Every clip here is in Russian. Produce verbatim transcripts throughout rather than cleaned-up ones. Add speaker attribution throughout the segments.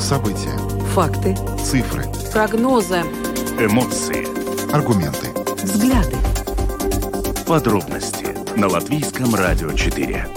Speaker 1: События.
Speaker 2: Факты.
Speaker 1: Цифры.
Speaker 2: Прогнозы.
Speaker 3: Эмоции.
Speaker 1: Аргументы.
Speaker 2: Взгляды.
Speaker 3: Подробности на Латвийском радио четыре.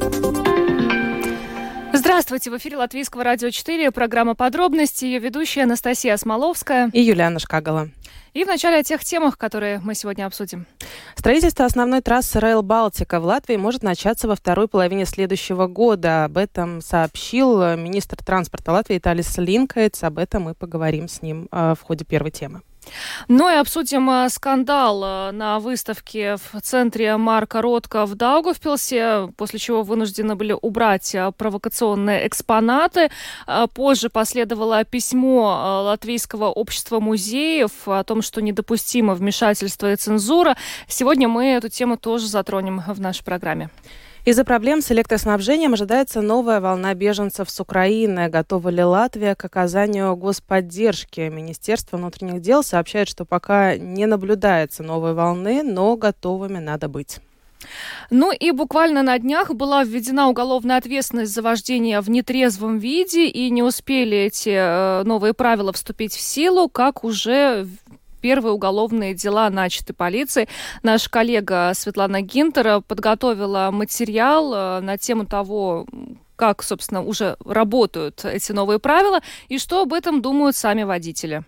Speaker 4: Здравствуйте, в эфире Латвийского радио четыре, программа «Подробности», ее ведущая Анастасия Смоловская
Speaker 5: и Юлиана Шкагала.
Speaker 4: И вначале о тех темах, которые мы сегодня обсудим.
Speaker 5: Строительство основной трассы Rail Baltica в Латвии может начаться во второй половине следующего года. Об этом сообщил министр транспорта Латвии Талис Линкайтс. Об этом мы поговорим с ним в ходе первой темы.
Speaker 4: Ну и обсудим скандал на выставке в центре Марка Ротко в Даугавпилсе, после чего вынуждены были убрать провокационные экспонаты. Позже последовало письмо Латвийского общества музеев о том, что недопустимо вмешательство и цензура. Сегодня мы эту тему тоже затронем в нашей программе.
Speaker 5: Из-за проблем с электроснабжением ожидается новая волна беженцев с Украины. Готова ли Латвия к оказанию господдержки? Министерство внутренних дел сообщает, что пока не наблюдается новой волны, но готовыми надо быть.
Speaker 4: Ну и буквально на днях была введена уголовная ответственность за вождение в нетрезвом виде, и не успели эти э, новые правила вступить в силу, как уже... Первые уголовные дела начаты полицией. Наш коллега Светлана Гинтер подготовила материал на тему того, как, собственно, уже работают эти новые правила и что об этом думают сами водители.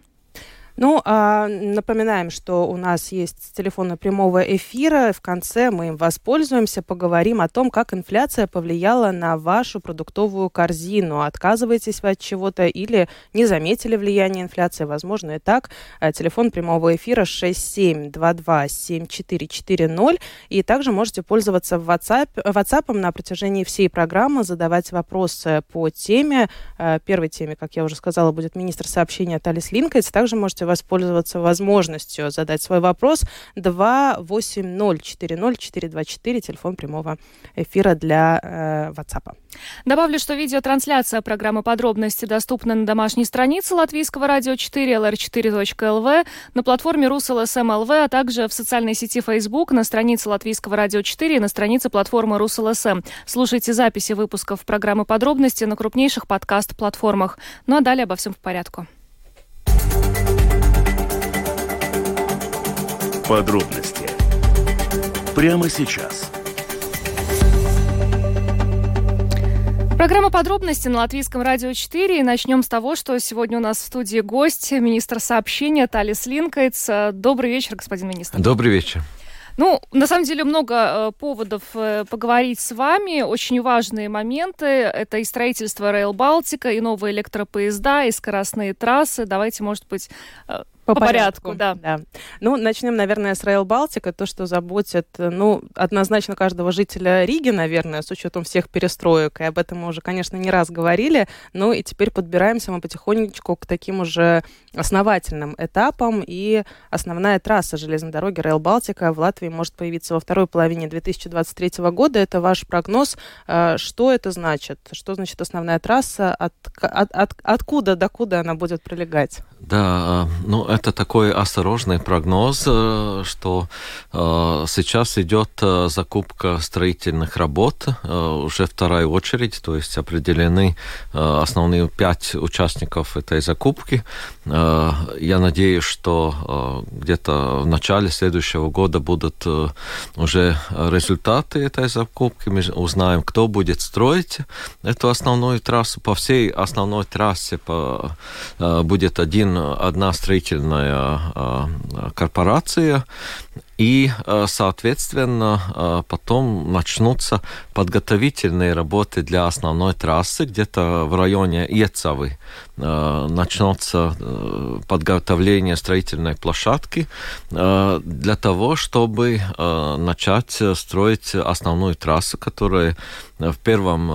Speaker 5: Ну, а, напоминаем, что у нас есть телефон прямого эфира. В конце мы им воспользуемся, поговорим о том, как инфляция повлияла на вашу продуктовую корзину. Отказываетесь вы от чего-то или не заметили влияние инфляции? Возможно, и так. Телефон прямого эфира шесть семь два два семь четыре четыре ноль. И также можете пользоваться WhatsApp, WhatsApp на протяжении всей программы, задавать вопросы по теме. Первой теме, как я уже сказала, будет министр сообщения Талис Линкайтс. Также можете воспользоваться возможностью задать свой вопрос. два восемь ноль четыре ноль четыре два четыре, телефон прямого эфира для э, WhatsApp.
Speaker 4: Добавлю, что видеотрансляция программы «Подробности» доступна на домашней странице Латвийского радио четыре, эл эр четыре точка эл ви, на платформе RusLSM точка эл ви, а также в социальной сети Facebook, на странице Латвийского радио четыре и на странице платформы RusLSM. Слушайте записи выпусков программы «Подробности» на крупнейших подкаст-платформах. Ну а далее обо всем по порядку.
Speaker 3: Подробности прямо сейчас.
Speaker 4: Программа «Подробности» на Латвийском радио четыре. И начнем с того, что сегодня у нас в студии гость, министр сообщения Талис Линкайтс. Добрый вечер, господин министр.
Speaker 6: Добрый вечер.
Speaker 4: Ну, на самом деле, много э, поводов э, поговорить с вами. Очень важные моменты. Это и строительство Rail Baltica, и новые электропоезда, и скоростные трассы. Давайте, может быть... Э, По, По порядку, порядку да.
Speaker 5: да. Ну, начнем, наверное, с Rail Baltica. То, что заботит, ну, однозначно каждого жителя Риги, наверное, с учетом всех перестроек. И об этом мы уже, конечно, не раз говорили. Ну, и теперь подбираемся мы потихонечку к таким уже основательным этапам. И основная трасса железной дороги Rail Baltica в Латвии может появиться во второй половине две тысячи двадцать третьего года. Это ваш прогноз. Что это значит? Что значит основная трасса? От, от, от, откуда до куда она будет пролегать?
Speaker 6: Да, ну, это такой осторожный прогноз, что э, сейчас идет э, закупка строительных работ, э, уже вторая очередь, то есть определены э, основные пять участников этой закупки. Э, я надеюсь, что э, где-то в начале следующего года будут э, уже результаты этой закупки. Мы узнаем, кто будет строить эту основную трассу. По всей основной трассе по, э, будет один, одна строительная корпорация, и, соответственно, потом начнутся подготовительные работы для основной трассы, где-то в районе Иецавы начнется подготовление строительной площадки для того, чтобы начать строить основную трассу, которая в первом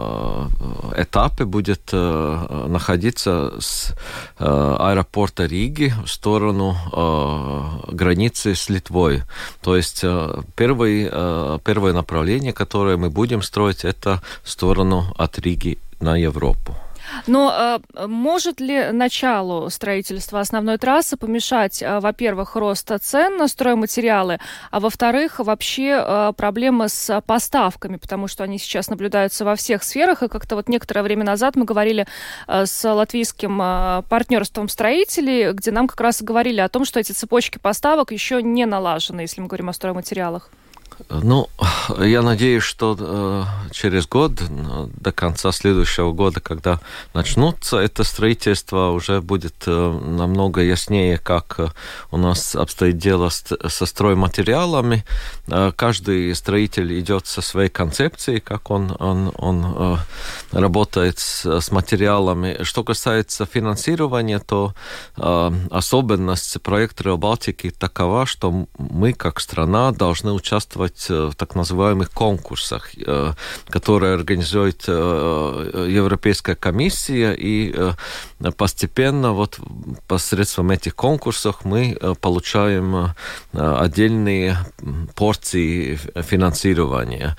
Speaker 6: этапе будет находиться с аэропорта Риги в сторону границы с Литвой. То есть первое, первое направление, которое мы будем строить, это в сторону от Риги на Европу.
Speaker 4: Но э, может ли началу строительства основной трассы помешать, э, во-первых, рост цен на стройматериалы, а во-вторых, вообще э, проблемы с поставками, потому что они сейчас наблюдаются во всех сферах, и как-то вот некоторое время назад мы говорили э, с латвийским э, партнерством строителей, где нам как раз говорили о том, что эти цепочки поставок еще не налажены, если мы говорим о стройматериалах.
Speaker 6: Ну, я надеюсь, что э, через год, до конца следующего года, когда начнутся это строительство, уже будет э, намного яснее, как э, у нас обстоит дело с, со стройматериалами. Э, каждый строитель идет со своей концепцией, как он, он, он э, работает с, с материалами. Что касается финансирования, то э, особенность проекта Rail Baltica такова, что мы, как страна, должны участвовать в так называемых конкурсах, которые организует Европейская комиссия, и постепенно вот посредством этих конкурсов мы получаем отдельные порции финансирования.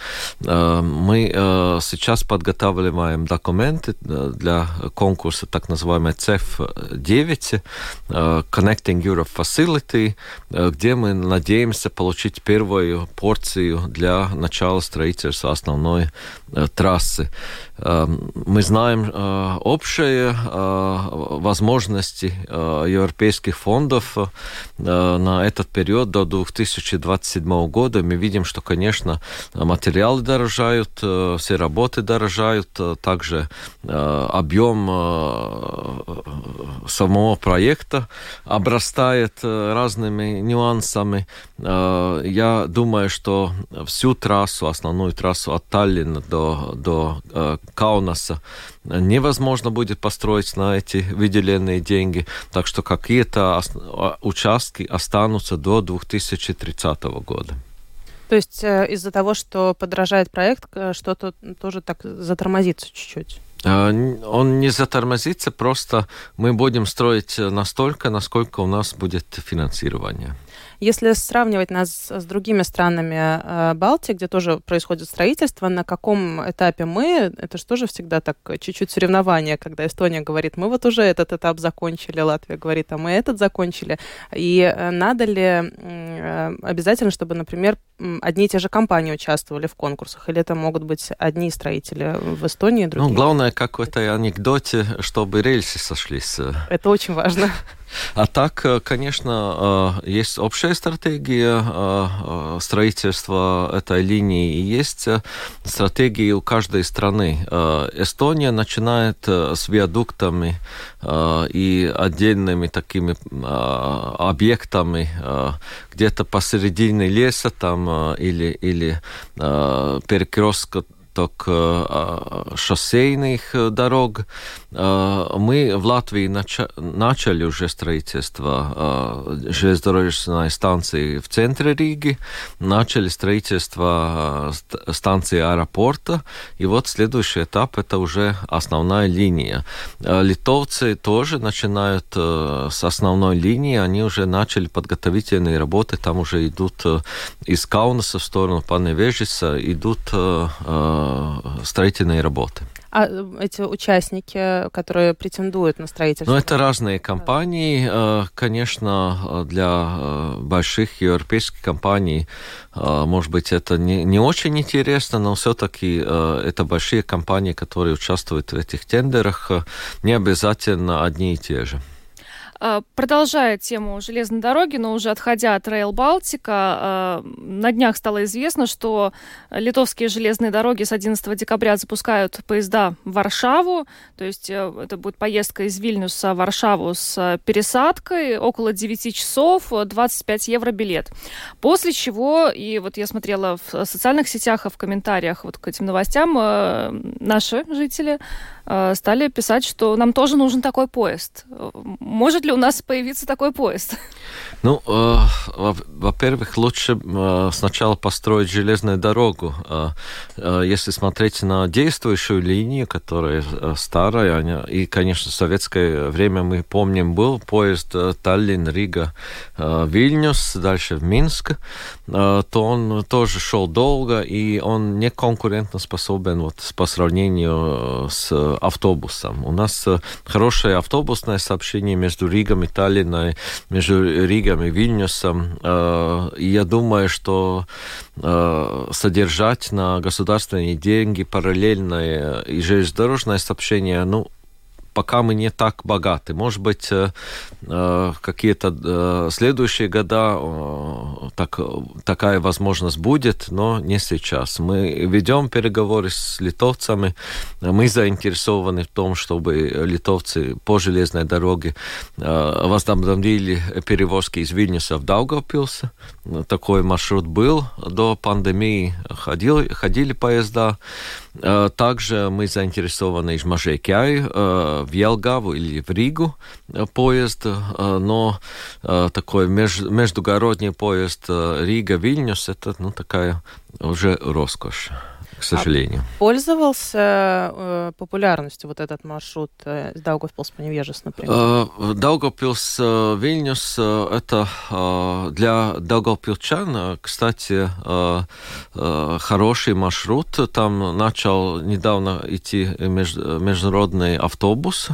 Speaker 6: Мы сейчас подготавливаем документы для конкурса так называемый си и эф девять, Connecting Europe Facility, где мы надеемся получить первую порцию для начала строительства основной э, трассы. Э, мы знаем э, общие э, возможности э, европейских фондов э, на этот период до две тысячи двадцать седьмого года. Мы видим, что, конечно, материалы дорожают, э, все работы дорожают, э, также э, объем э, самого проекта обрастает э, разными нюансами. Э, я думаю, что всю трассу, основную трассу от Таллина до, до э, Каунаса невозможно будет построить на эти выделенные деньги, так что какие-то ос- участки останутся до две тысячи тридцатого года.
Speaker 5: То есть э, из-за того, что подорожает проект, что-то тоже так затормозится чуть-чуть?
Speaker 6: Он не затормозится, просто мы будем строить настолько, насколько у нас будет финансирование.
Speaker 5: Если сравнивать нас с другими странами э, Балтии, где тоже происходит строительство, на каком этапе мы, это же тоже всегда так чуть-чуть соревнование, когда Эстония говорит, мы вот уже этот этап закончили, Латвия говорит, а мы этот закончили. И э, надо ли э, обязательно, чтобы, например, одни и те же компании участвовали в конкурсах, или это могут быть одни строители в Эстонии, другие?
Speaker 6: Ну, главное, как в этой анекдоте, чтобы рельсы сошлись.
Speaker 5: Это очень важно.
Speaker 6: А так, конечно, есть общая стратегия строительства этой линии, и есть стратегии у каждой страны. Эстония начинает с виадуктами и отдельными такими объектами где-то посередине леса там, или, или перекрестка шоссейных дорог. Мы в Латвии начали уже строительство железнодорожной станции в центре Риги, начали строительство станции аэропорта, и вот следующий этап – это уже основная линия. Литовцы тоже начинают с основной линии, они уже начали подготовительные работы, там уже идут из Каунаса в сторону Паневежиса, идут строительные работы.
Speaker 5: А эти участники, которые претендуют на строительство?
Speaker 6: Ну, это разные компании. Конечно, для больших европейских компаний, может быть, это не, не очень интересно, но все-таки это большие компании, которые участвуют в этих тендерах, не обязательно одни и те же.
Speaker 4: Продолжая тему железной дороги, но уже отходя от Rail Baltica, на днях стало известно, что литовские железные дороги с одиннадцатого декабря запускают поезда в Варшаву, то есть это будет поездка из Вильнюса в Варшаву с пересадкой, около девять часов, двадцать пять евро билет. После чего, и вот я смотрела в социальных сетях, в комментариях вот к этим новостям, наши жители стали писать, что нам тоже нужен такой поезд. Может ли ли у нас появится такой поезд?
Speaker 6: Ну, э, во-первых, лучше э, сначала построить железную дорогу. Э, э, если смотреть на действующую линию, которая э, старая, и, конечно, в советское время мы помним, был поезд э, Таллин, Рига, э, Вильнюс, дальше в Минск, э, то он тоже шел долго, и он не конкурентно способен вот, по сравнению с автобусом. У нас э, хорошее автобусное сообщение между Ригом и Таллином, между Ригой и Вильнюсом. И я думаю, что содержать на государственные деньги параллельное и железнодорожное сообщение, ну, пока мы не так богаты. Может быть, какие-то следующие года так, такая возможность будет, но не сейчас. Мы ведем переговоры с литовцами. Мы заинтересованы в том, чтобы литовцы по железной дороге возобновили перевозки из Вильнюса в Даугавпилс. Такой маршрут был до пандемии. Ходили, ходили поезда. Также мы заинтересованы из Mažeikiai в Jelgavu или в Ригу поезд, но такой междугородний поезд Рига-Вильнюс, это ну, такая уже роскошь, к сожалению.
Speaker 5: А пользовался э, популярностью вот этот маршрут э, с Даугавпилс по Невежес, например?
Speaker 6: Даугавпилс Вильнюс – это э, для даугавпилчан, кстати, э, э, хороший маршрут. Там начал недавно идти меж, международный автобус.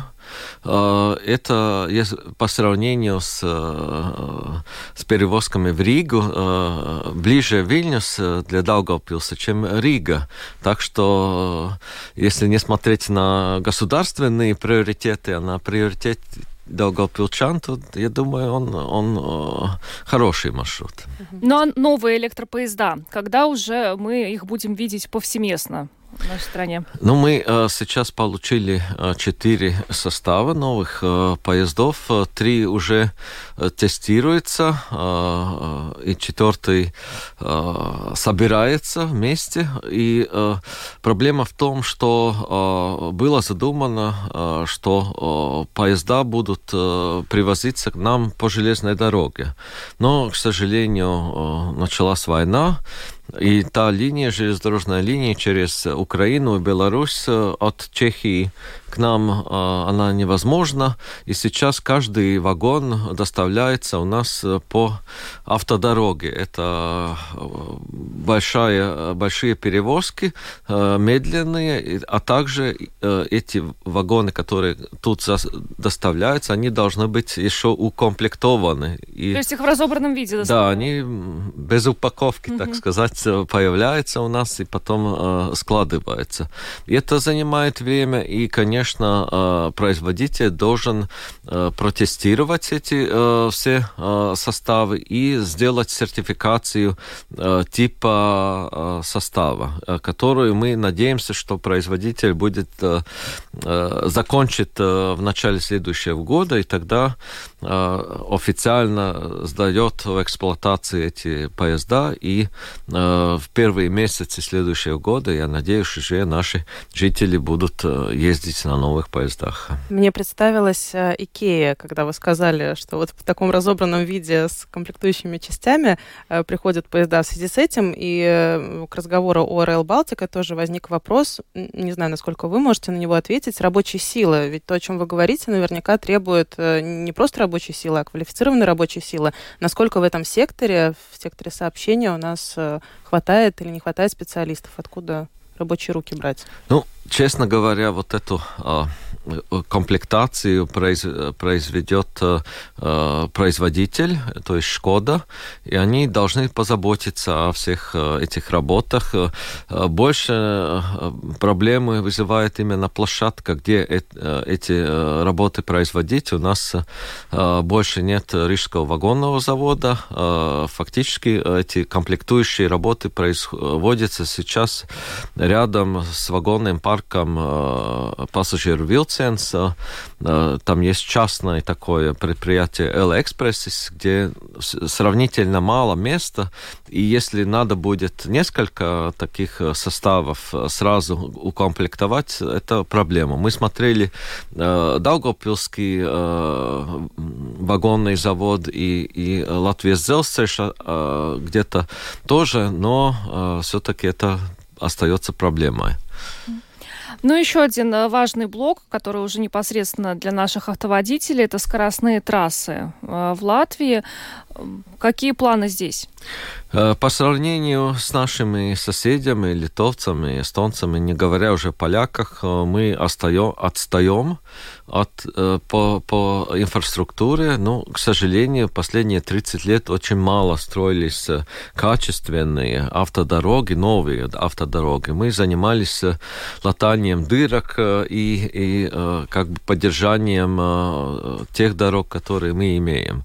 Speaker 6: Это по сравнению с, с перевозками в Ригу ближе Вильнюс для Даугавпилса, чем Рига. Так что, если не смотреть на государственные приоритеты, а на приоритет Даугавпилчан, то, я думаю, он, он хороший маршрут.
Speaker 4: Ну а новые электропоезда, когда уже мы их будем видеть повсеместно в нашей стране?
Speaker 6: Ну, мы э, сейчас получили э, четыре состава новых э, поездов. Три уже э, тестируются, э, и четвертый э, собирается вместе. И э, проблема в том, что э, было задумано, э, что э, поезда будут э, привозиться к нам по железной дороге. Но, к сожалению, э, началась война, и та линия, железнодорожная линия через Украину и Беларусь от Чехии к нам, она невозможна. И сейчас каждый вагон доставляется у нас по автодороге. Это большая, большие перевозки, медленные, а также эти вагоны, которые тут доставляются, они должны быть еще укомплектованы. И,
Speaker 4: то есть их в разобранном виде доставляют?
Speaker 6: Да, они без упаковки, так сказать, появляется у нас и потом э, складывается. И это занимает время, и, конечно, э, производитель должен э, протестировать эти э, все э, составы и сделать сертификацию э, типа э, состава, э, которую мы надеемся, что производитель будет э, э, закончит э, в начале следующего года, и тогда э, официально сдает в эксплуатацию эти поезда, и э, в первые месяцы следующего года, я надеюсь, уже наши жители будут ездить на новых поездах.
Speaker 5: Мне представилась Икея, когда вы сказали, что вот в таком разобранном виде с комплектующими частями приходят поезда в связи с этим, и к разговору о Rail Baltica тоже возник вопрос, не знаю, насколько вы можете на него ответить, рабочей силы. Ведь то, о чем вы говорите, наверняка требует не просто рабочей силы, а квалифицированной рабочей силы. Насколько в этом секторе, в секторе сообщения у нас хватает или не хватает специалистов? Откуда рабочие руки брать?
Speaker 6: Ну, честно говоря, вот эту а, комплектацию произ, произведет а, производитель, то есть Шкода, и они должны позаботиться о всех а, этих работах. А, больше а, проблемы вызывает именно площадка, где э, эти а, работы производить. У нас а, больше нет Рижского вагонного завода. А, фактически эти комплектующие работы производятся сейчас рядом с вагонным парком э, пассажир Вилценс. Э, там есть частное такое предприятие L-Express, где сравнительно мало места, и если надо будет несколько таких составов сразу укомплектовать, это проблема. Мы смотрели э, Даугавпилский э, вагонный завод и, и Латвийсдzelzceļš э, где-то тоже, но э, все-таки это остается проблемой.
Speaker 4: Ну, еще один важный блок, который уже непосредственно для наших автоводителей, это скоростные трассы в Латвии. Какие планы здесь?
Speaker 6: По сравнению с нашими соседями, литовцами, эстонцами, не говоря уже о поляках, мы остаем, отстаем от, по, по инфраструктуре. Но, к сожалению, последние тридцать лет очень мало строились качественные автодороги, новые автодороги. Мы занимались латанием дырок и, и как бы поддержанием тех дорог, которые мы имеем.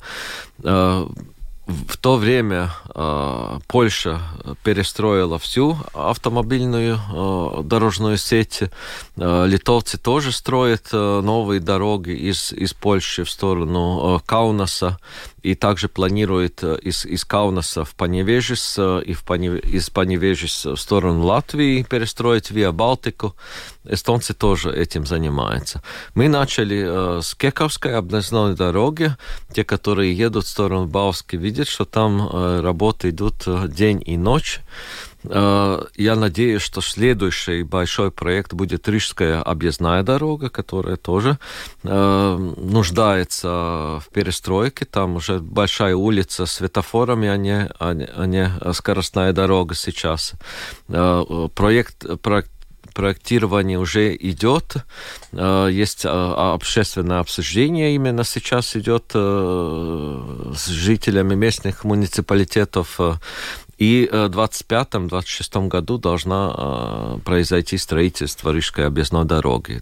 Speaker 6: В то время э, Польша перестроила всю автомобильную э, дорожную сеть. Э, литовцы тоже строят э, новые дороги из, из Польши в сторону э, Каунаса. И также планирует э, из, из Каунаса в Паневежис э, и в Пане, из Паневежис в сторону Латвии перестроить Виа Балтику. Эстонцы тоже этим занимаются. Мы начали э, с Кековской объездной дороги. Те, которые едут в сторону Бауски, видят, что там э, работы идут день и ночь. Э, я надеюсь, что следующий большой проект будет Рижская объездная дорога, которая тоже э, нуждается в перестройке. Там уже большая улица с светофорами, а не, а не, а не скоростная дорога сейчас. Э, проект, проект проектирование уже идет, есть общественное обсуждение именно сейчас идет с жителями местных муниципалитетов. И в двадцать пятом — двадцать шестом году должна произойти строительство Рижской объездной дороги,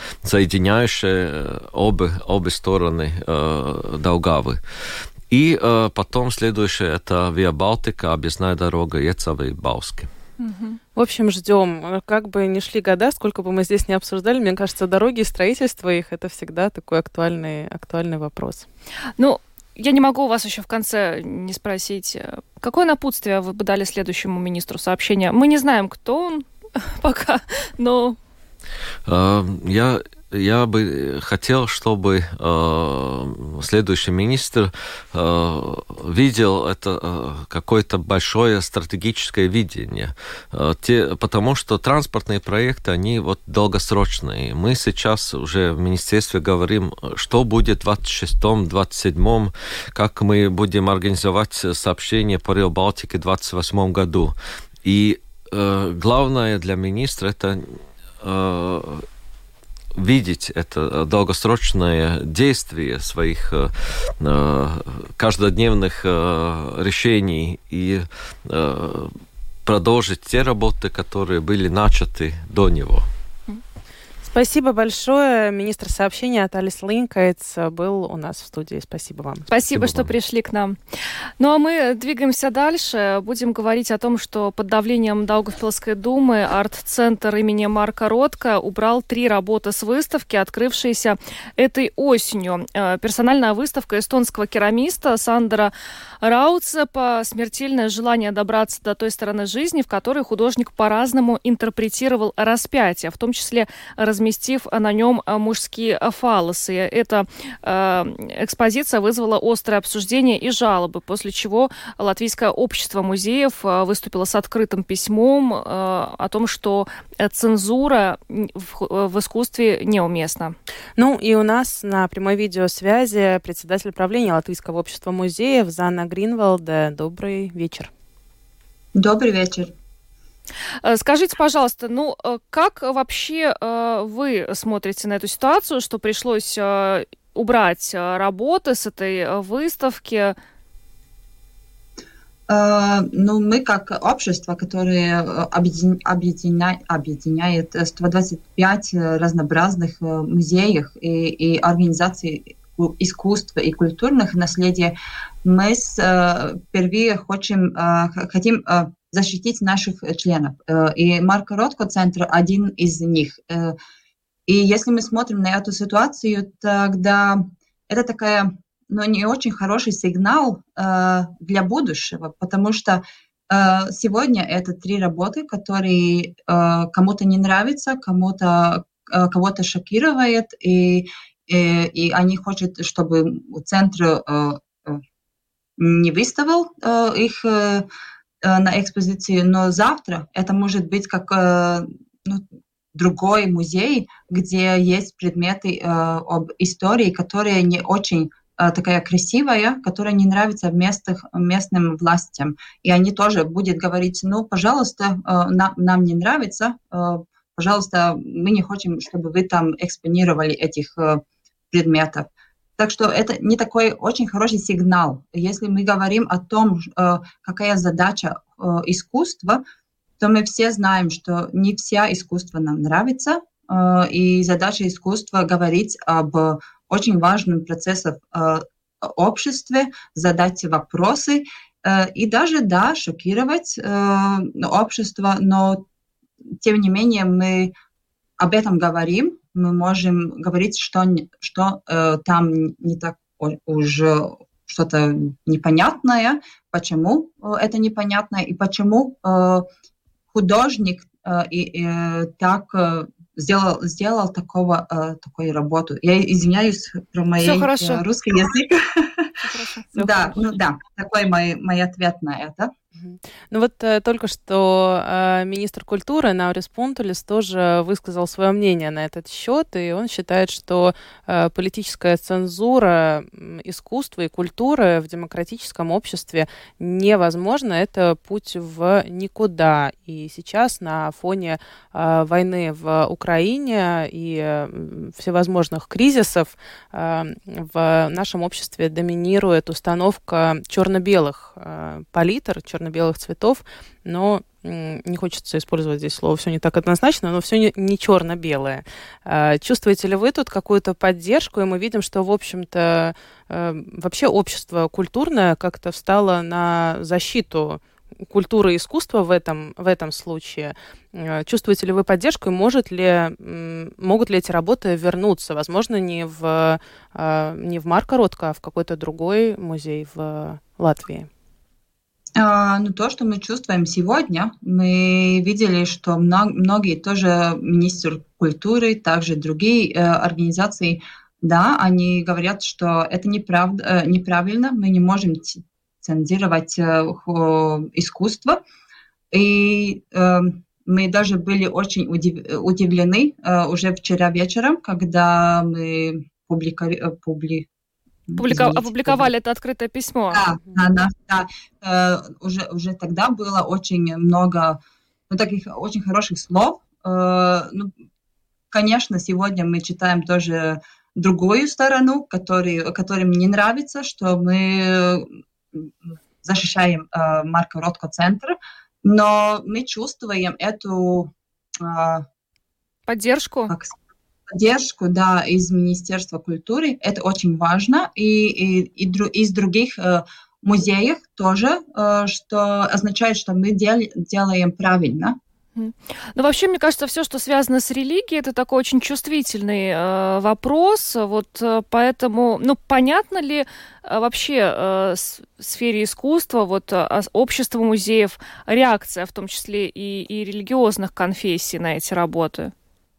Speaker 6: соединяющей обе, обе стороны Даугавы. И потом следующее — это Виа Балтика, объездная дорога Ецавы-Бауски.
Speaker 5: В общем, ждем. Как бы ни шли года, сколько бы мы здесь ни обсуждали, мне кажется, дороги и строительство их — это всегда такой актуальный, актуальный вопрос.
Speaker 4: Ну, я не могу у вас еще в конце не спросить, какое напутствие вы бы дали следующему министру сообщения? Мы не знаем, кто он пока, но...
Speaker 6: Я... Я бы хотел, чтобы э, следующий министр э, видел это э, какое-то большое стратегическое видение, э, те, потому что транспортные проекты, они вот долгосрочные. Мы сейчас уже в министерстве говорим, что будет в двадцать шестом — двадцать седьмом, как мы будем организовать сообщение по Рио Балтике в двадцать восьмом году. И э, главное для министра это э, видеть это долгосрочное действие своих э, каждодневных э, решений и э, продолжить те работы, которые были начаты до него.
Speaker 5: Спасибо большое. Министр сообщения Аталис Линкайтс был у нас в студии. Спасибо вам.
Speaker 4: Спасибо,
Speaker 6: Спасибо
Speaker 4: что
Speaker 6: вам.
Speaker 4: пришли к нам. Ну а мы двигаемся дальше. Будем говорить о том, что под давлением Даугавпилской думы арт-центр имени Марка Ротко убрал три работы с выставки, открывшиеся этой осенью. Персональная выставка эстонского керамиста Сандера Рауцепа «Смертельное желание добраться до той стороны жизни», в которой художник по-разному интерпретировал распятие, в том числе разместив на нем мужские фаллосы. Эта э, экспозиция вызвала острое обсуждение и жалобы, после чего Латвийское общество музеев выступило с открытым письмом э, о том, что цензура в, в искусстве неуместна.
Speaker 5: Ну и у нас на прямой видеосвязи председатель правления Латвийского общества музеев Занна Гринвалде. Добрый вечер.
Speaker 1: Добрый вечер.
Speaker 4: Скажите, пожалуйста, ну как вообще вы смотрите на эту ситуацию, что пришлось убрать работы с этой выставки?
Speaker 1: Ну, мы как общество, которое объединя... объединяет сто двадцать пять разнообразных музеев и, и организаций искусства и культурных наследий, мы впервые хотим, хотим защитить наших членов. И Марко Ротко центр один из них. И если мы смотрим на эту ситуацию, тогда это такая, ну, не очень хороший сигнал для будущего, потому что сегодня это три работы, которые кому-то не нравятся, кому-то, кого-то шокирует, и и, и они хотят, чтобы центр э, не выставил э, их э, на экспозиции, но завтра это может быть как э, ну, другой музей, где есть предметы э, об истории, которые не очень э, такая красивая, которая не нравится местных, местным властям. И они тоже будут говорить, ну, пожалуйста, э, нам, нам не нравится, э, пожалуйста, мы не хотим, чтобы вы там экспонировали этих э, предметов. Так что это не такой очень хороший сигнал. Если мы говорим о том, какая задача искусства, то мы все знаем, что не вся искусство нам нравится, и задача искусства говорить об очень важных процессах в обществе, задать вопросы и даже, да, шокировать общество, но тем не менее мы об этом говорим, мы можем говорить, что, что э, там не так уже что-то непонятное, почему э, это непонятно, и почему э, художник э, и, э, так э, сделал, сделал такого, э, такую работу. Я извиняюсь про мой э, русский язык. Да, ну да, такой мой, мой ответ на это.
Speaker 5: Ну вот э, только что э, министр культуры Наурис Пунтулис тоже высказал свое мнение на этот счет, и он считает, что э, политическая цензура искусства и культуры в демократическом обществе невозможна, это путь в никуда. И сейчас на фоне э, войны в Украине и э, всевозможных кризисов э, в нашем обществе доминирует установка черно-белых э, палитр, черно-белых цветов, но не хочется использовать здесь слово «все не так однозначно», но все не, не черно-белое. Чувствуете ли вы тут какую-то поддержку? И мы видим, что, в общем-то, вообще общество культурное как-то встало на защиту культуры и искусства в этом, в этом случае. Чувствуете ли вы поддержку, и может ли, могут ли эти работы вернуться? Возможно, не в, не в Марко Ротко, а в какой-то другой музей в Латвии?
Speaker 1: Ну, то, что мы чувствуем сегодня, мы видели, что многие тоже министр культуры, также другие э, организации, да, они говорят, что это неправда, э, неправильно, мы не можем цензировать э, искусство. И э, мы даже были очень удив, удивлены э, уже вчера вечером, когда мы публикали, публи,
Speaker 4: Публика... опубликовали это открытое письмо.
Speaker 1: Да, да, да. да. Э, уже, уже тогда было очень много ну, таких очень хороших слов. Э, ну, конечно, сегодня мы читаем тоже другую сторону, который, которым не нравится, что мы защищаем э, Марко Ротко центр, но мы чувствуем эту э,
Speaker 4: поддержку.
Speaker 1: Как поддержку, да, из Министерства культуры. Это очень важно. И, и, и дру, из других э, музеев тоже, э, что означает, что мы дел, делаем правильно.
Speaker 4: Ну, вообще, мне кажется, все, что связано с религией, это такой очень чувствительный э, вопрос. Вот э, поэтому, ну, понятно ли э, вообще э, с, в сфере искусства, вот э, общество музеев, реакция, в том числе и, и религиозных конфессий на эти работы?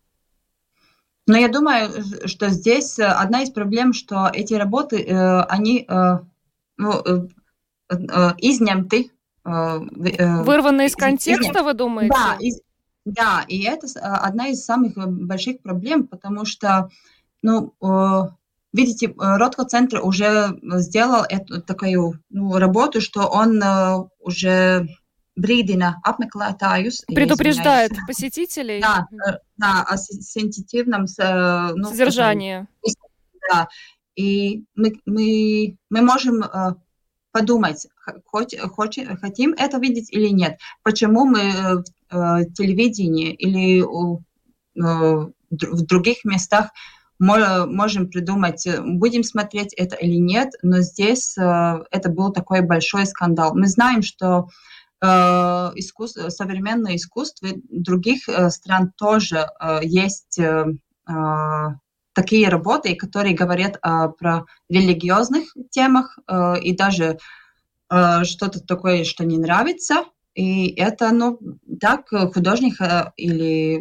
Speaker 1: Но я думаю, что здесь одна из проблем, что эти работы, э, они э, ну, э, э, изняты. Э,
Speaker 4: Вырваны из контекста, изняты. Вы думаете?
Speaker 1: Да, из, да, и это одна из самых больших проблем, потому что, ну, э, видите, Ротко-центр уже сделал эту такую ну, работу, что он э, уже... брīdina apmeklētājus.
Speaker 4: Предупреждает посетителей.
Speaker 1: Да, да, о сенситивном ну,
Speaker 4: содержании.
Speaker 1: Да, и мы, мы, мы можем э, подумать, хоть, хоть, хотим это видеть или нет. Почему мы э, в телевидении или э, в других местах можем придумать, будем смотреть это или нет, но здесь э, это был такой большой скандал. Мы знаем, что Искусство, современное искусство других э, стран тоже э, есть э, э, такие работы, которые говорят э, про религиозных темах э, и даже э, что-то такое, что не нравится. И это, ну, так художник э, или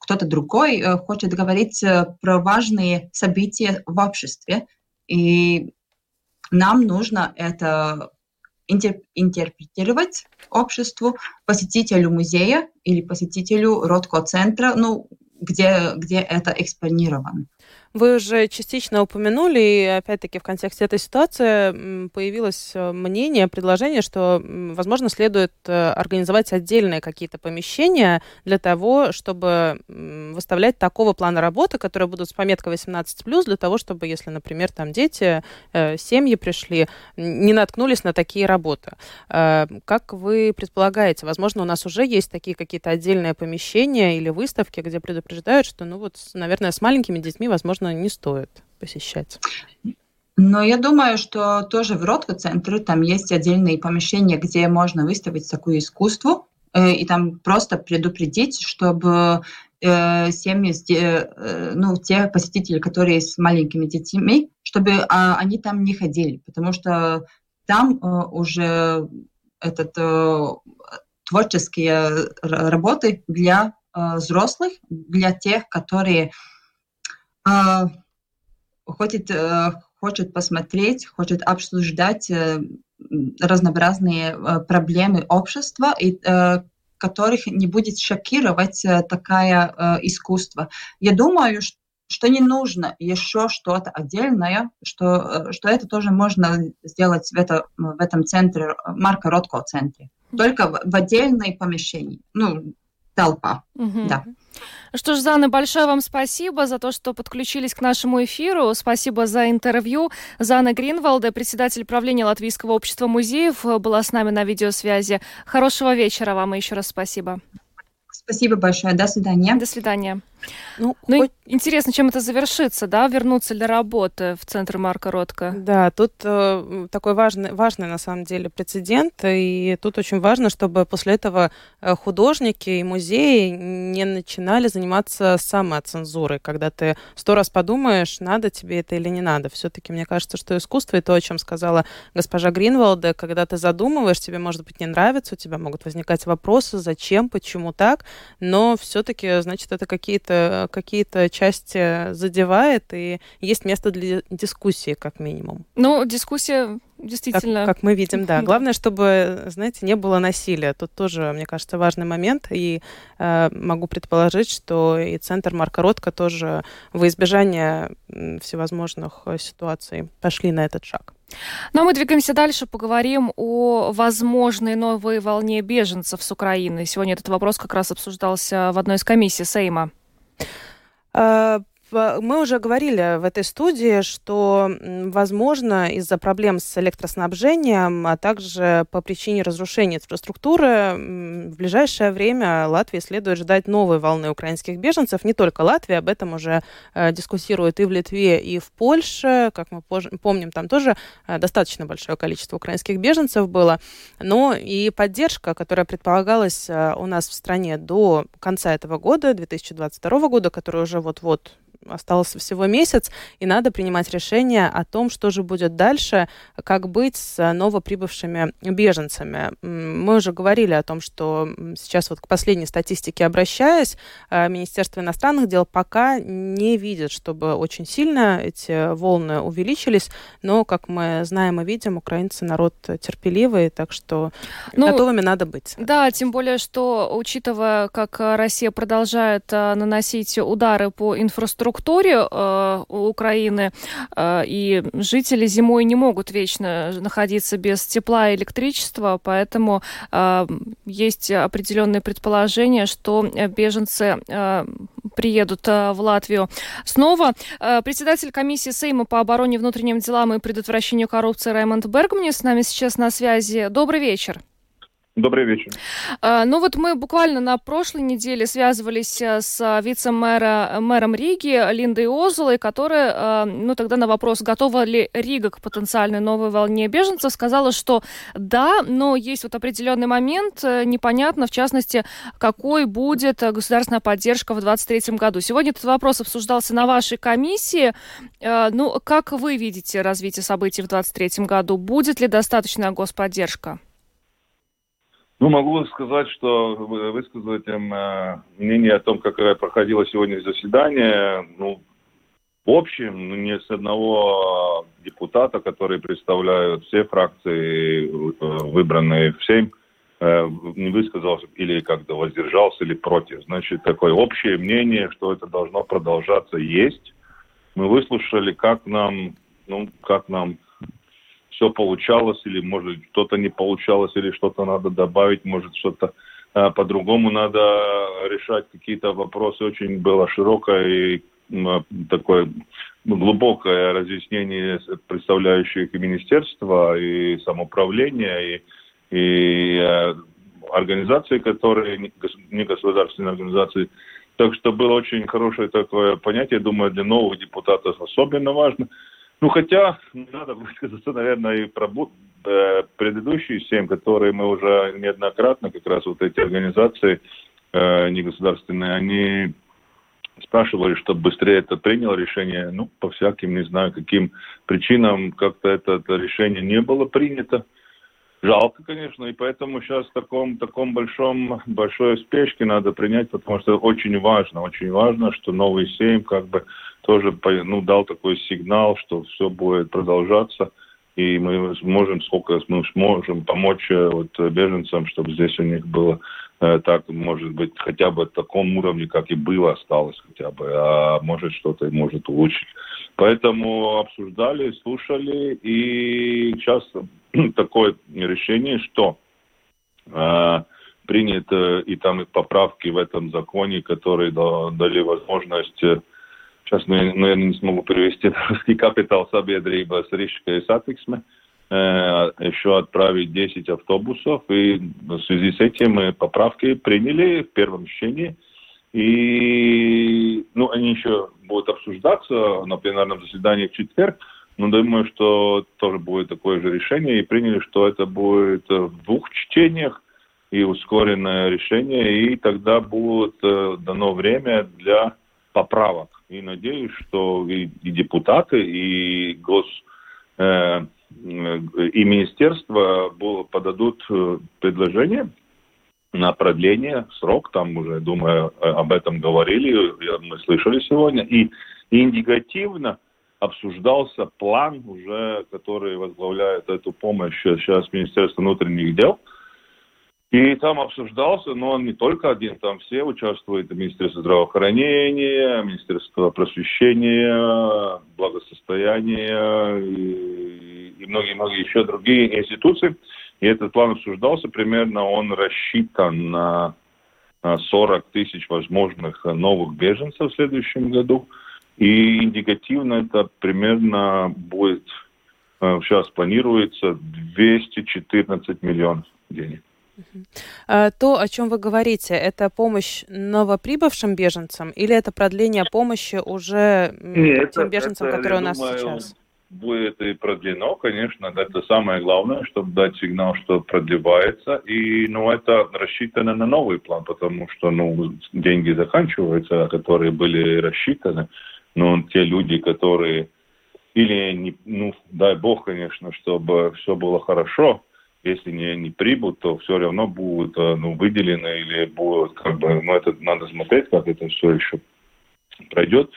Speaker 1: кто-то другой хочет говорить про важные события в обществе, и нам нужно это интерпретировать обществу, посетителю музея или посетителю Ротко-центра, ну, где, где это экспонировано.
Speaker 5: Вы уже частично упомянули, и опять-таки в контексте этой ситуации появилось мнение, предложение, что, возможно, следует организовать отдельные какие-то помещения для того, чтобы выставлять такого плана работы, которые будут с пометкой восемнадцать плюс, для того, чтобы, если, например, там дети, семьи пришли, не наткнулись на такие работы. Как вы предполагаете, возможно, у нас уже есть такие какие-то отдельные помещения или выставки, где предупреждают, что, ну вот, наверное, с маленькими детьми, возможно, не стоит посещать?
Speaker 1: Но я думаю, что тоже в Ротко-центре там есть отдельные помещения, где можно выставить такое искусство, э, и там просто предупредить, чтобы э, семьи, э, ну, те посетители, которые с маленькими детьми, чтобы э, они там не ходили, потому что там э, уже этот, э, творческие работы для э, взрослых, для тех, которые Uh, хочет, uh, хочет посмотреть, хочет обсуждать uh, разнообразные uh, проблемы общества, и, uh, которых не будет шокировать uh, такое uh, искусство. Я думаю, что, что не нужно еще что-то отдельное, что, uh, что это тоже можно сделать в, это, в этом центре, Марка Ротко-центре, только в, в отдельной помещении, ну, толпа,
Speaker 4: mm-hmm.
Speaker 1: да.
Speaker 4: Что ж, Зана, большое вам спасибо за то, что подключились к нашему эфиру. Спасибо за интервью. Зана Гринвалде, председатель правления Латвийского общества музеев, была с нами на видеосвязи. Хорошего вечера вам и еще раз спасибо.
Speaker 1: Спасибо большое. До свидания.
Speaker 4: До свидания.
Speaker 5: Ну,
Speaker 4: ну
Speaker 5: хоть...
Speaker 4: интересно, чем это завершится, да? Вернуться для работы в центр Марка Ротко?
Speaker 5: Да, тут э, такой важный, важный, на самом деле, прецедент, и тут очень важно, чтобы после этого художники и музеи не начинали заниматься самоцензурой, когда ты сто раз подумаешь, надо тебе это или не надо. Все-таки мне кажется, что искусство, и то, о чем сказала госпожа Гринвалде, когда ты задумываешь, тебе, может быть, не нравится, у тебя могут возникать вопросы, зачем, почему так, но все-таки, значит, это какие-то какие-то части задевает, и есть место для дискуссии, как минимум.
Speaker 4: Ну, дискуссия действительно...
Speaker 5: Как, как мы видим, да. Главное, чтобы, знаете, не было насилия. Тут тоже, мне кажется, важный момент, и э, могу предположить, что и центр Марка Ротко тоже во избежание всевозможных ситуаций пошли на этот шаг.
Speaker 4: Ну, а мы двигаемся дальше, поговорим о возможной новой волне беженцев с Украины. Сегодня этот вопрос как раз обсуждался в одной из комиссий Сейма.
Speaker 5: Мы уже говорили в этой студии, что, возможно, из-за проблем с электроснабжением, а также по причине разрушения инфраструктуры, в ближайшее время Латвии следует ждать новой волны украинских беженцев. Не только Латвия, об этом уже дискуссируют и в Литве, и в Польше. Как мы помним, там тоже достаточно большое количество украинских беженцев было. Но и поддержка, которая предполагалась у нас в стране до конца этого года, две тысячи двадцать второго года, который уже вот-вот остался всего месяц, и надо принимать решение о том, что же будет дальше, как быть с новоприбывшими беженцами. Мы уже говорили о том, что сейчас вот к последней статистике обращаясь, Министерство иностранных дел пока не видит, чтобы очень сильно эти волны увеличились, но, как мы знаем и видим, украинцы народ терпеливый, так что ну, готовыми надо быть.
Speaker 4: Да, тем более, что, учитывая, как Россия продолжает наносить удары по инфраструктуре, э, Украины, э, и жители зимой не могут вечно находиться без тепла и электричества, поэтому э, есть определенные предположения, что беженцы э, приедут э, в Латвию снова. Э, председатель комиссии Сейма по обороне, внутренним делам и предотвращению коррупции Раймонд Бергмани с нами сейчас на связи. Добрый вечер.
Speaker 7: Добрый вечер.
Speaker 4: Uh, ну вот мы буквально на прошлой неделе связывались с вице-мэром Риги Линдой Озолой, которая, uh, ну тогда на вопрос, готова ли Рига к потенциальной новой волне беженцев, сказала, что да, но есть вот определенный момент, непонятно, в частности, какой будет государственная поддержка в двадцать третьем году. Сегодня этот вопрос обсуждался на вашей комиссии. Uh, ну, как вы видите развитие событий в двадцать третьем году? Будет ли достаточная господдержка?
Speaker 7: Ну, могу сказать, что высказать им мнение о том, как проходило сегодня заседание, ну, в общем, ну, ни с одного депутата, которые представляют все фракции, выбранные в Сейм, не высказался или как-то воздержался, или против. Значит, такое общее мнение, что это должно продолжаться, есть. Мы выслушали, как нам, ну, как нам все получалось, или, может, что-то не получалось, или что-то надо добавить, может, что-то а, по-другому надо решать. Какие-то вопросы. Очень было широкое и а, такое глубокое разъяснение представляющих и министерства, и самоуправления, и, и а, организации, которые, не государственные организации. Так что было очень хорошее такое понятие. Думаю, для новых депутатов особенно важно. Ну, хотя, надо высказаться, наверное, и про э, предыдущие семь, которые мы уже неоднократно, как раз вот эти организации э, негосударственные, они спрашивали, чтобы быстрее это приняло решение. Ну, по всяким, не знаю, каким причинам как-то это, это решение не было принято. Жалко, конечно, и поэтому сейчас в таком, таком большом, большой спешке надо принять, потому что очень важно, очень важно, что новый Сейм как бы тоже, ну, дал такой сигнал, что все будет продолжаться, и мы сможем, сколько мы сможем помочь вот беженцам, чтобы здесь у них было э, так, может быть, хотя бы в таком уровне, как и было, осталось хотя бы, а может что-то может улучшить. Поэтому обсуждали, слушали, и сейчас такое решение, что э, принято и там и поправки в этом законе, которые дали возможность, сейчас, наверное, не смогу перевести, русский капитал sabiedrības Riška сатиксме, э, еще отправить десять автобусов, и в связи с этим мы поправки приняли в первом чтении. И, ну, они еще будут обсуждаться на пленарном заседании в четверг, но думаю, что тоже будет такое же решение, и приняли, что это будет в двух чтениях и ускоренное решение, и тогда будет э, дано время для поправок. И надеюсь, что и, и депутаты, и гос, э, и министерство подадут предложение на продление срок, там уже, думаю, об этом говорили, мы слышали сегодня, и индикативно обсуждался план уже, который возглавляет эту помощь сейчас Министерство внутренних дел. И там обсуждался, но он не только один, там все участвуют, Министерство здравоохранения, Министерство просвещения, благосостояния и многие-многие еще другие институции. И этот план обсуждался, примерно он рассчитан на сорок тысяч возможных новых беженцев в следующем году. И индикативно это примерно будет, сейчас планируется двести четырнадцать миллионов денег.
Speaker 5: То, о чем вы говорите, это помощь новоприбывшим беженцам или это продление помощи уже
Speaker 7: Нет,
Speaker 5: тем
Speaker 7: это,
Speaker 5: беженцам,
Speaker 7: это,
Speaker 5: которые у нас
Speaker 7: думаю,
Speaker 5: сейчас?
Speaker 7: Будет и продлено, конечно, это самое главное, чтобы дать сигнал, что продлевается. И, ну, это рассчитано на новый план, потому что, ну, деньги заканчиваются, которые были рассчитаны. Но те люди, которые или, не, ну, дай бог, конечно, чтобы все было хорошо, если не, не прибудут, то все равно будут, ну, выделены или будут, как бы, ну, это надо смотреть, как это все еще пройдет,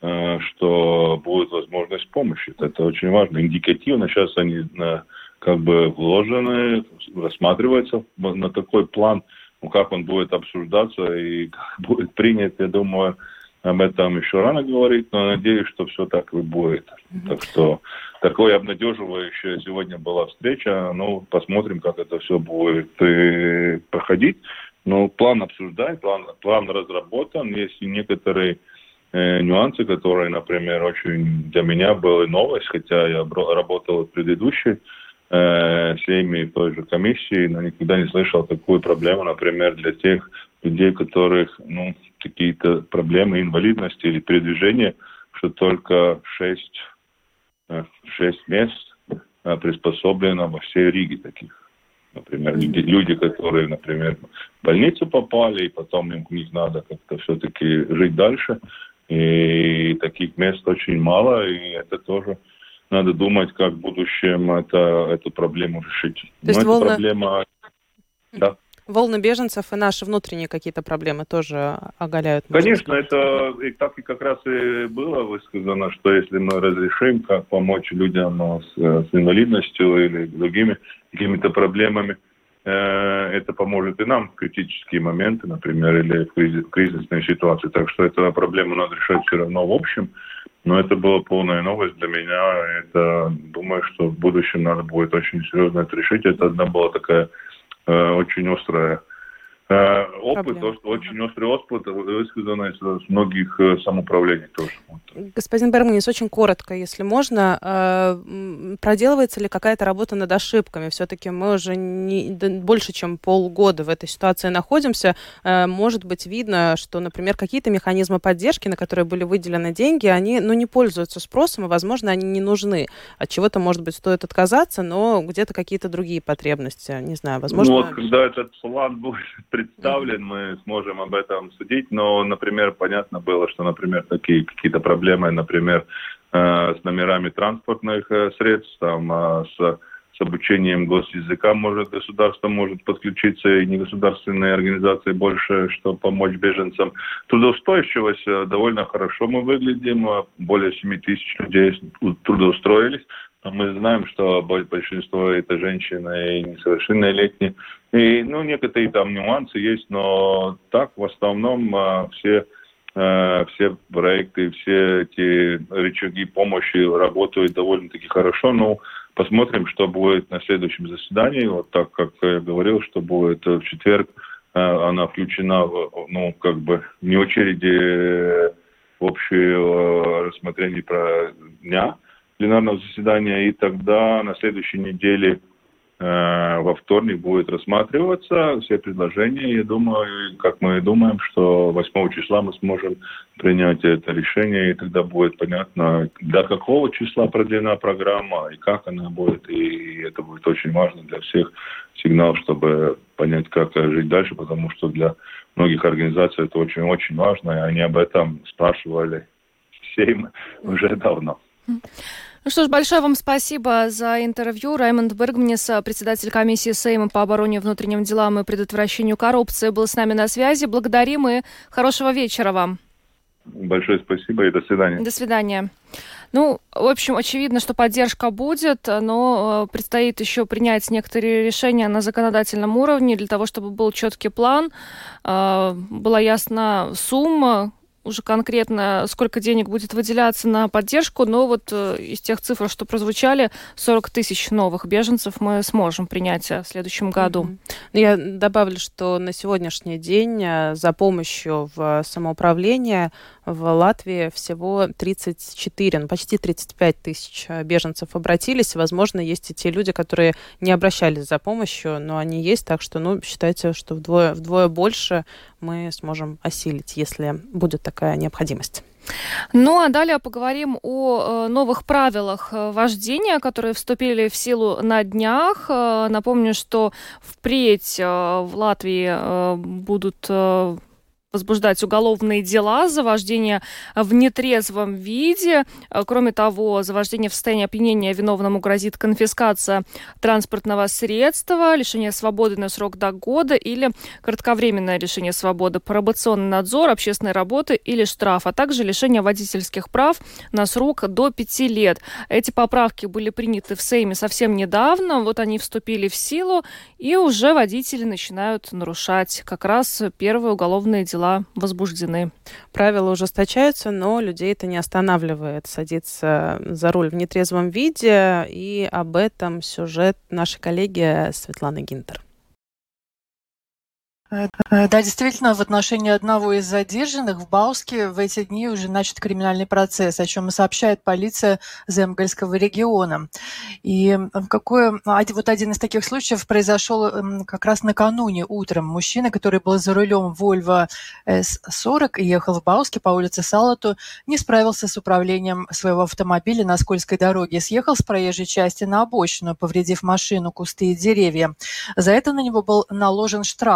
Speaker 7: что будет возможность помощи. Это очень важно. Индикативно сейчас они как бы вложены, рассматриваются на такой план, ну, как он будет обсуждаться и как будет принят, я думаю, об этом еще рано говорить, но надеюсь, что все так и будет. Mm-hmm. Так что такое обнадеживающая сегодня была встреча. Ну, посмотрим, как это все будет и проходить. Но план обсуждаем, план, план разработан. Есть некоторые э, нюансы, которые, например, очень для меня были новость, хотя я работал в предыдущей э, семье той же комиссии, но никогда не слышал такую проблему, например, для тех людей, у которых, ну, какие-то проблемы инвалидности или передвижения, что только шесть, шесть мест приспособлено во всей Риге таких. Например, люди, люди, которые, например, в больницу попали, и потом им, у них надо как-то все-таки жить дальше. И таких мест очень мало, и это тоже надо думать, как в будущем это, эту проблему решить.
Speaker 5: То есть
Speaker 7: Но
Speaker 5: волна...
Speaker 7: эта проблема... Да.
Speaker 5: волны беженцев и наши внутренние какие-то проблемы тоже оголяют?
Speaker 7: Конечно, это и так и как раз и было высказано, что если мы разрешим, как помочь людям с, с инвалидностью или другими какими-то проблемами, э, это поможет и нам в критические моменты, например, или в, кризис, в кризисной ситуации. Так что эту проблему надо решать все равно в общем. Но это была полная новость для меня. Это, думаю, что в будущем надо будет очень серьезно это решить. Это одна была такая э, очень острая э, опыт, ос, очень острый опыт, высказанный с многих э, самоуправлений тоже.
Speaker 5: Господин Берманис, очень коротко, если можно, э, проделывается ли какая-то работа над ошибками? Все-таки мы уже не, больше, чем полгода в этой ситуации находимся. Э, может быть, видно, что, например, какие-то механизмы поддержки, на которые были выделены деньги, они ну, не пользуются спросом, и, возможно, они не нужны. От чего-то, может быть, стоит отказаться, но где-то какие-то другие потребности, не знаю, возможно...
Speaker 7: Ну, вот, когда этот план будет представлен, мы сможем об этом судить, но, например, понятно было, что, например, такие какие-то проблемы, например, э, с номерами транспортных э, средств, там, э, с, с обучением госязыка, может, государство может подключиться, и негосударственные организации больше, чтобы помочь беженцам. Трудоустойчивость э, довольно хорошо мы выглядим, более семь тысяч людей трудоустроились. Мы знаем, что большинство это женщины и несовершеннолетние. И, ну, некоторые там нюансы есть, но так, в основном, э, все все проекты, все эти рычаги помощи работают довольно-таки хорошо. Но посмотрим, что будет на следующем заседании. Вот так, как я говорил, что будет в четверг, она включена в, ну, как бы не очереди в общее рассмотрение про дня пленарного заседания. И тогда на следующей неделе во вторник будет рассматриваться все предложения. Я думаю, как мы думаем, что восьмого числа мы сможем принять это решение, и тогда будет понятно, до какого числа продлена программа, и как она будет. И это будет очень важно для всех сигнал, чтобы понять, как жить дальше, потому что для многих организаций это очень-очень важно, и они об этом спрашивали Сейм уже давно.
Speaker 4: Ну что ж, большое вам спасибо за интервью. Раймонд Бергманис, председатель комиссии Сейма по обороне, внутренним делам и предотвращению коррупции, был с нами на связи. Благодарим и хорошего вечера вам.
Speaker 7: Большое спасибо и до свидания.
Speaker 4: До свидания. Ну, в общем, очевидно, что поддержка будет, но предстоит еще принять некоторые решения на законодательном уровне для того, чтобы был четкий план, была ясна сумма, уже конкретно, сколько денег будет выделяться на поддержку, но вот э, из тех цифр, что прозвучали, сорок тысяч новых беженцев мы сможем принять в следующем году. Mm-hmm.
Speaker 5: Я добавлю, что на сегодняшний день за помощью в самоуправление в Латвии всего тридцать четыре, ну, почти тридцать пять тысяч беженцев обратились. Возможно, есть и те люди, которые не обращались за помощью, но они есть, так что, ну, считайте, что вдвое, вдвое больше мы сможем осилить, если будет такая необходимость.
Speaker 4: Ну, а далее поговорим о э, новых правилах вождения, которые вступили в силу на днях. Э, напомню, что впредь э, в Латвии э, будут... Э, возбуждать уголовные дела за вождение в нетрезвом виде. Кроме того, за вождение в состоянии опьянения виновному грозит конфискация транспортного средства, лишение свободы на срок до года или кратковременное лишение свободы, пробационный надзор, общественной работы или штраф, а также лишение водительских прав на срок до пяти лет. Эти поправки были приняты в Сейме совсем недавно. Вот они вступили в силу, и уже водители начинают нарушать. Как раз первые уголовные дела возбуждены.
Speaker 5: Правила ужесточаются, но людей это не останавливает садиться за руль в нетрезвом виде. И об этом сюжет нашей коллеги Светланы Гинтер.
Speaker 8: Да, действительно, в отношении одного из задержанных в Бауске в эти дни уже начат криминальный процесс, о чем и сообщает полиция Земгальского региона. И какой, вот один из таких случаев произошел как раз накануне утром. Мужчина, который был за рулем Volvo эс сорок и ехал в Бауске по улице Салату, не справился с управлением своего автомобиля на скользкой дороге, съехал с проезжей части на обочину, повредив машину, кусты и деревья. За это на него был наложен штраф в два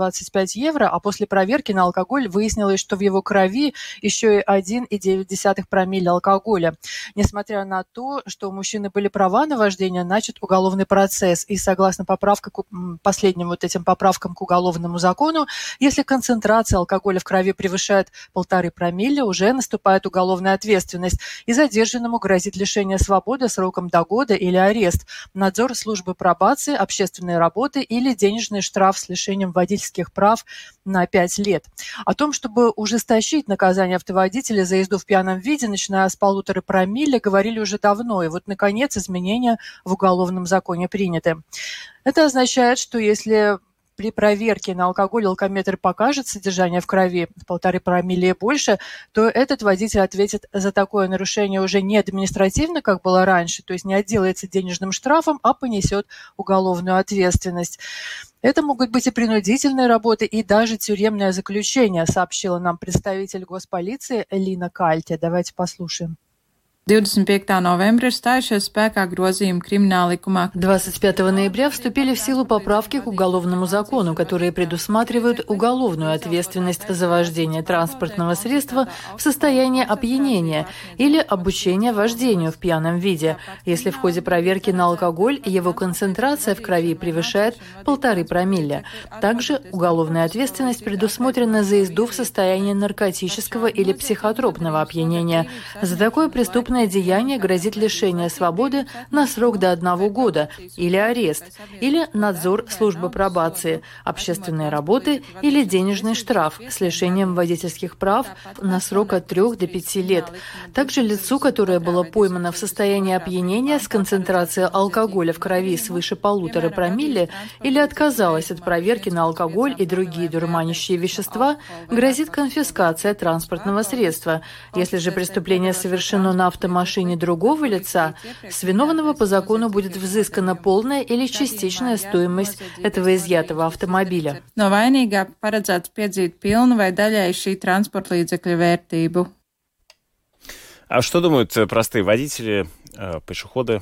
Speaker 8: двадцать пять евро, а после проверки на алкоголь выяснилось, что в его крови еще и один и девять десятых промилле алкоголя. Несмотря на то, что у мужчины были права на вождение, начат уголовный процесс. И согласно поправке, последним вот этим поправкам к уголовному закону, если концентрация алкоголя в крови превышает полторы промилле, уже наступает уголовная ответственность. И задержанному грозит лишение свободы сроком до года или арест, надзор службы пробации, общественные работы или денежный штраф с лишением водительских прав на пять лет. О том, чтобы ужесточить наказание автоводителя за езду в пьяном виде, начиная с полутора промилле, говорили уже давно. И вот, наконец, изменения в уголовном законе приняты. Это означает, что если при проверке на алкоголь алкометр покажет содержание в крови полторы промилле и больше, то этот водитель ответит за такое нарушение уже не административно, как было раньше, то есть не отделается денежным штрафом, а понесет уголовную ответственность. Это могут быть и принудительные работы, и даже тюремное заключение, сообщила нам представитель госполиции Лина Кальте. Давайте послушаем.
Speaker 9: двадцать пятого ноября стающиеся спека grozījumi криминал-ликумā.
Speaker 8: двадцать пятого ноября вступили в силу поправки к уголовному закону, которые предусматривают уголовную ответственность за вождение транспортного средства в состоянии опьянения или обучение вождению в пьяном виде, если в ходе проверки на алкоголь его концентрация в крови превышает полторы промилле. Также уголовная ответственность предусмотрена за езду в состоянии наркотического или психотропного опьянения. За такое преступное деяние грозит лишение свободы на срок до одного года или арест, или надзор службы пробации, общественные работы или денежный штраф с лишением водительских прав на срок от трех до пяти лет. Также лицу, которое было поймано в состоянии опьянения с концентрацией алкоголя в крови свыше полутора промилле или отказалось от проверки на алкоголь и другие дурманящие вещества, грозит конфискация транспортного средства. Если же преступление совершено на автомобиле, машине другого лица, с виновного по закону будет взыскана полная или частичная стоимость этого изъятого автомобиля.
Speaker 9: No vainīgā paredzēts piedzīt pilnu vai daļēju šī transporta līdzekļa vērtību.
Speaker 10: А что думают простые водители, пешеходы?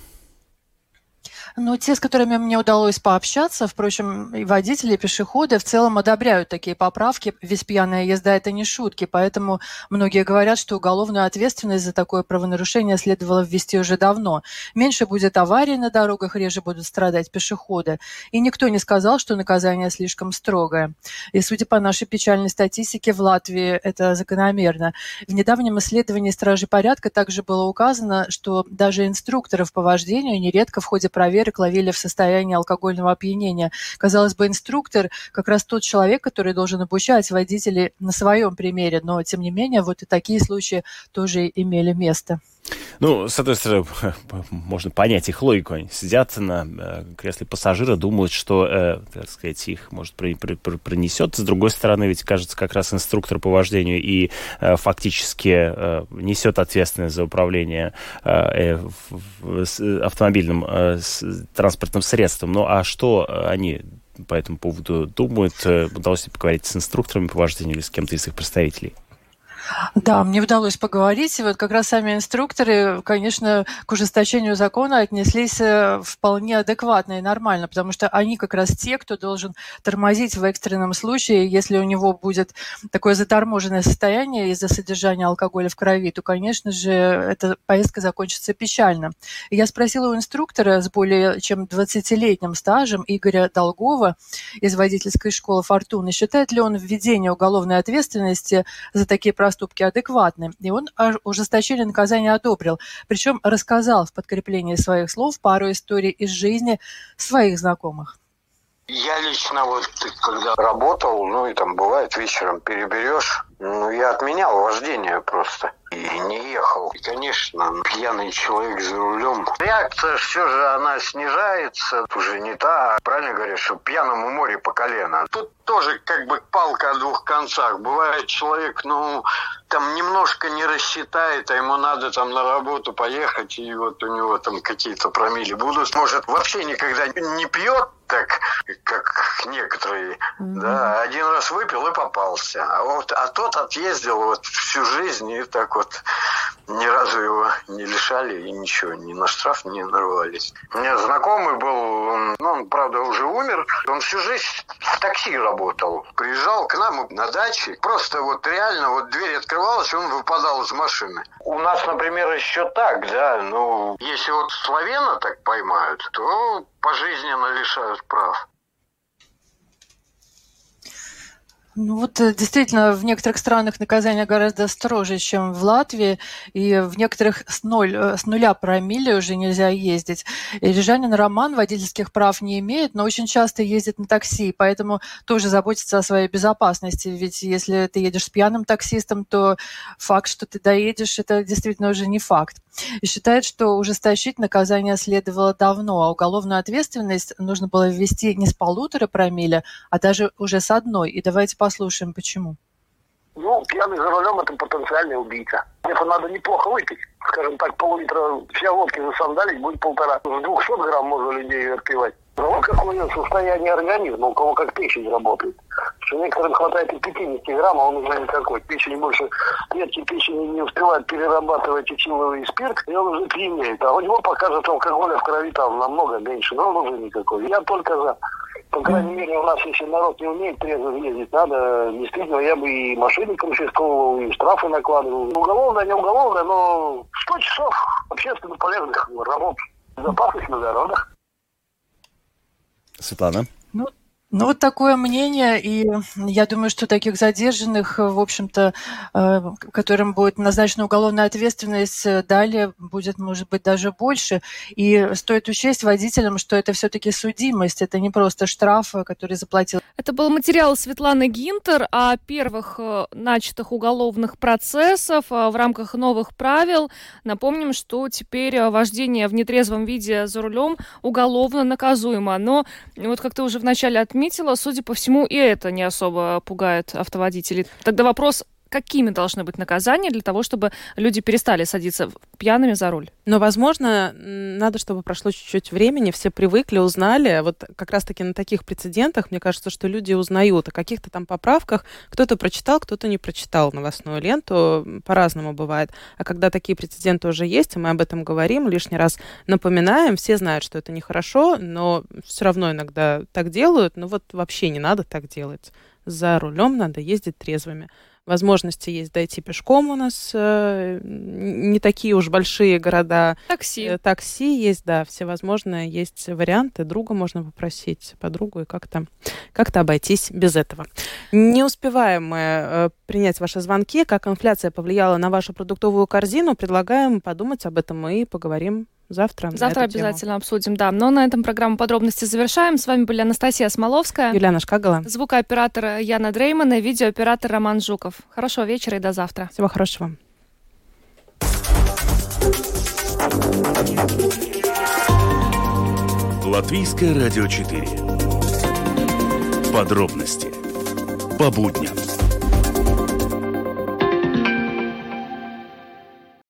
Speaker 8: Ну, те, с которыми мне удалось пообщаться, впрочем, и водители, и пешеходы в целом одобряют такие поправки. Ведь пьяная езда – это не шутки, поэтому многие говорят, что уголовную ответственность за такое правонарушение следовало ввести уже давно. Меньше будет аварий на дорогах, реже будут страдать пешеходы. И никто не сказал, что наказание слишком строгое. И, судя по нашей печальной статистике, в Латвии это закономерно. В недавнем исследовании Стражи порядка также было указано, что даже инструкторов по вождению нередко в ходе проверки ловили в состоянии алкогольного опьянения. Казалось бы, инструктор как раз тот человек, который должен обучать водителей на своем примере, но, тем не менее, вот и такие случаи тоже имели место.
Speaker 10: Ну, с одной стороны, можно понять их логику. Они сидят на э, кресле пассажира, думают, что, э, так сказать, их, может, при, при, при, пронесет. С другой стороны, ведь, кажется, как раз инструктор по вождению и э, фактически э, несет ответственность за управление э, э, автомобильным э, с, транспортным средством. Ну, а что они по этому поводу думают? Удалось ли поговорить с инструкторами по вождению или с кем-то из их представителей?
Speaker 8: Да, мне удалось поговорить. И вот как раз сами инструкторы, конечно, к ужесточению закона отнеслись вполне адекватно и нормально, потому что они как раз те, кто должен тормозить в экстренном случае. Если у него будет такое заторможенное состояние из-за содержания алкоголя в крови, то, конечно же, эта поездка закончится печально. И я спросила у инструктора с более чем двадцатилетним стажем Игоря Долгова из водительской школы «Фортуны», считает ли он введение уголовной ответственности за такие проступки адекватны. И он ужесточение наказания одобрил. Причем рассказал в подкреплении своих слов пару историй из жизни своих знакомых.
Speaker 11: Я лично вот, когда работал, ну и там бывает вечером переберешь, ну я отменял вождение просто и не ехал. И, конечно, пьяный человек за рулем. Реакция все же, она снижается, уже не та, правильно говорят, что пьяному море по колено. Тут тоже как бы палка о двух концах. Бывает человек, ну, там немножко не рассчитает, а ему надо там на работу поехать, и вот у него там какие-то промилле будут. Может, вообще никогда не пьет так, как некоторые, mm-hmm. да, один раз выпил и попался. А вот, а тот отъездил вот всю жизнь и так вот Ни разу его не лишали и ничего, ни на штраф не нарвались. У меня знакомый был, он, ну, он, правда, уже умер. Он всю жизнь в такси работал. Приезжал к нам на даче. Просто вот реально вот дверь открывалась, и он выпадал из машины. У нас, например, еще так, да, ну, если вот Славена так поймают, то пожизненно лишают прав.
Speaker 8: Ну вот действительно, в некоторых странах наказание гораздо строже, чем в Латвии, и в некоторых с, ноль, с нуля промилле уже нельзя ездить. И рижанин Роман водительских прав не имеет, но очень часто ездит на такси, поэтому тоже заботится о своей безопасности. Ведь если ты едешь с пьяным таксистом, то факт, что ты доедешь, это действительно уже не факт. И считает, что ужесточить наказание следовало давно, а уголовную ответственность нужно было ввести не с полутора промилле, а даже уже с одной. И давайте послушаем, почему.
Speaker 12: Ну, пьяный за рулем – это потенциальный убийца. Это надо неплохо выпить. Скажем так, пол-литра вся водки засандалить будет полтора. С двухсот грамм можно людей отпивать. Но вот какое состояние организма, у кого как печень работает. Что некоторым хватает и пятьдесят грамм, а он уже никакой. Печень больше, клетки печени не успевают перерабатывать этиловый спирт, и он уже пьянеет. А у него покажет алкоголя в крови там намного меньше, но он уже никакой. Я только за. По крайней мере, у нас, если народ не умеет трезво ездить, надо, действительно, я бы и машины конфисковывал, и штрафы накладывал. Уголовное, не уголовное, но сто часов общественно полезных работ, безопасность на дорогах.
Speaker 10: Светлана?
Speaker 8: Ну, ну, вот такое мнение, и я думаю, что таких задержанных, в общем-то, которым будет назначена уголовная ответственность, далее будет, может быть, даже больше. И стоит учесть водителям, что это все-таки судимость, это не просто штраф, который заплатил.
Speaker 4: Это был материал Светланы Гинтер о первых начатых уголовных процессах в рамках новых правил. Напомним, что теперь вождение в нетрезвом виде за рулем уголовно наказуемо. Но вот как ты уже вначале отметила, судя по всему, и это не особо пугает автоводителей. Тогда вопрос, какими должны быть наказания для того, чтобы люди перестали садиться пьяными за руль?
Speaker 5: Но, возможно, надо, чтобы прошло чуть-чуть времени, все привыкли, узнали. Вот как раз-таки на таких прецедентах, мне кажется, что люди узнают о каких-то там поправках. Кто-то прочитал, кто-то не прочитал новостную ленту. По-разному бывает. А когда такие прецеденты уже есть, и мы об этом говорим, лишний раз напоминаем, все знают, что это нехорошо, но все равно иногда так делают. Ну вот вообще не надо так делать. За рулем надо ездить трезвыми. Возможности есть дойти пешком у нас, э, не такие уж большие города.
Speaker 4: Такси.
Speaker 5: Э, такси есть, да, всевозможные есть варианты. Друга можно попросить, подругу, и как-то, как-то обойтись без этого. Не успеваем мы э, принять ваши звонки. Как инфляция повлияла на вашу продуктовую корзину, предлагаем подумать об этом и поговорим завтра.
Speaker 4: Завтра обязательно тему. обсудим, да. Но на этом программу подробности завершаем. С вами были Анастасия Смоловская,
Speaker 5: Юлиана Шкагала,
Speaker 4: звукооператор Яна Дрейман и видеооператор Роман Жуков. Хорошего вечера и до завтра.
Speaker 5: Всего хорошего.
Speaker 3: Латвийское радио четыре. Подробности по будням.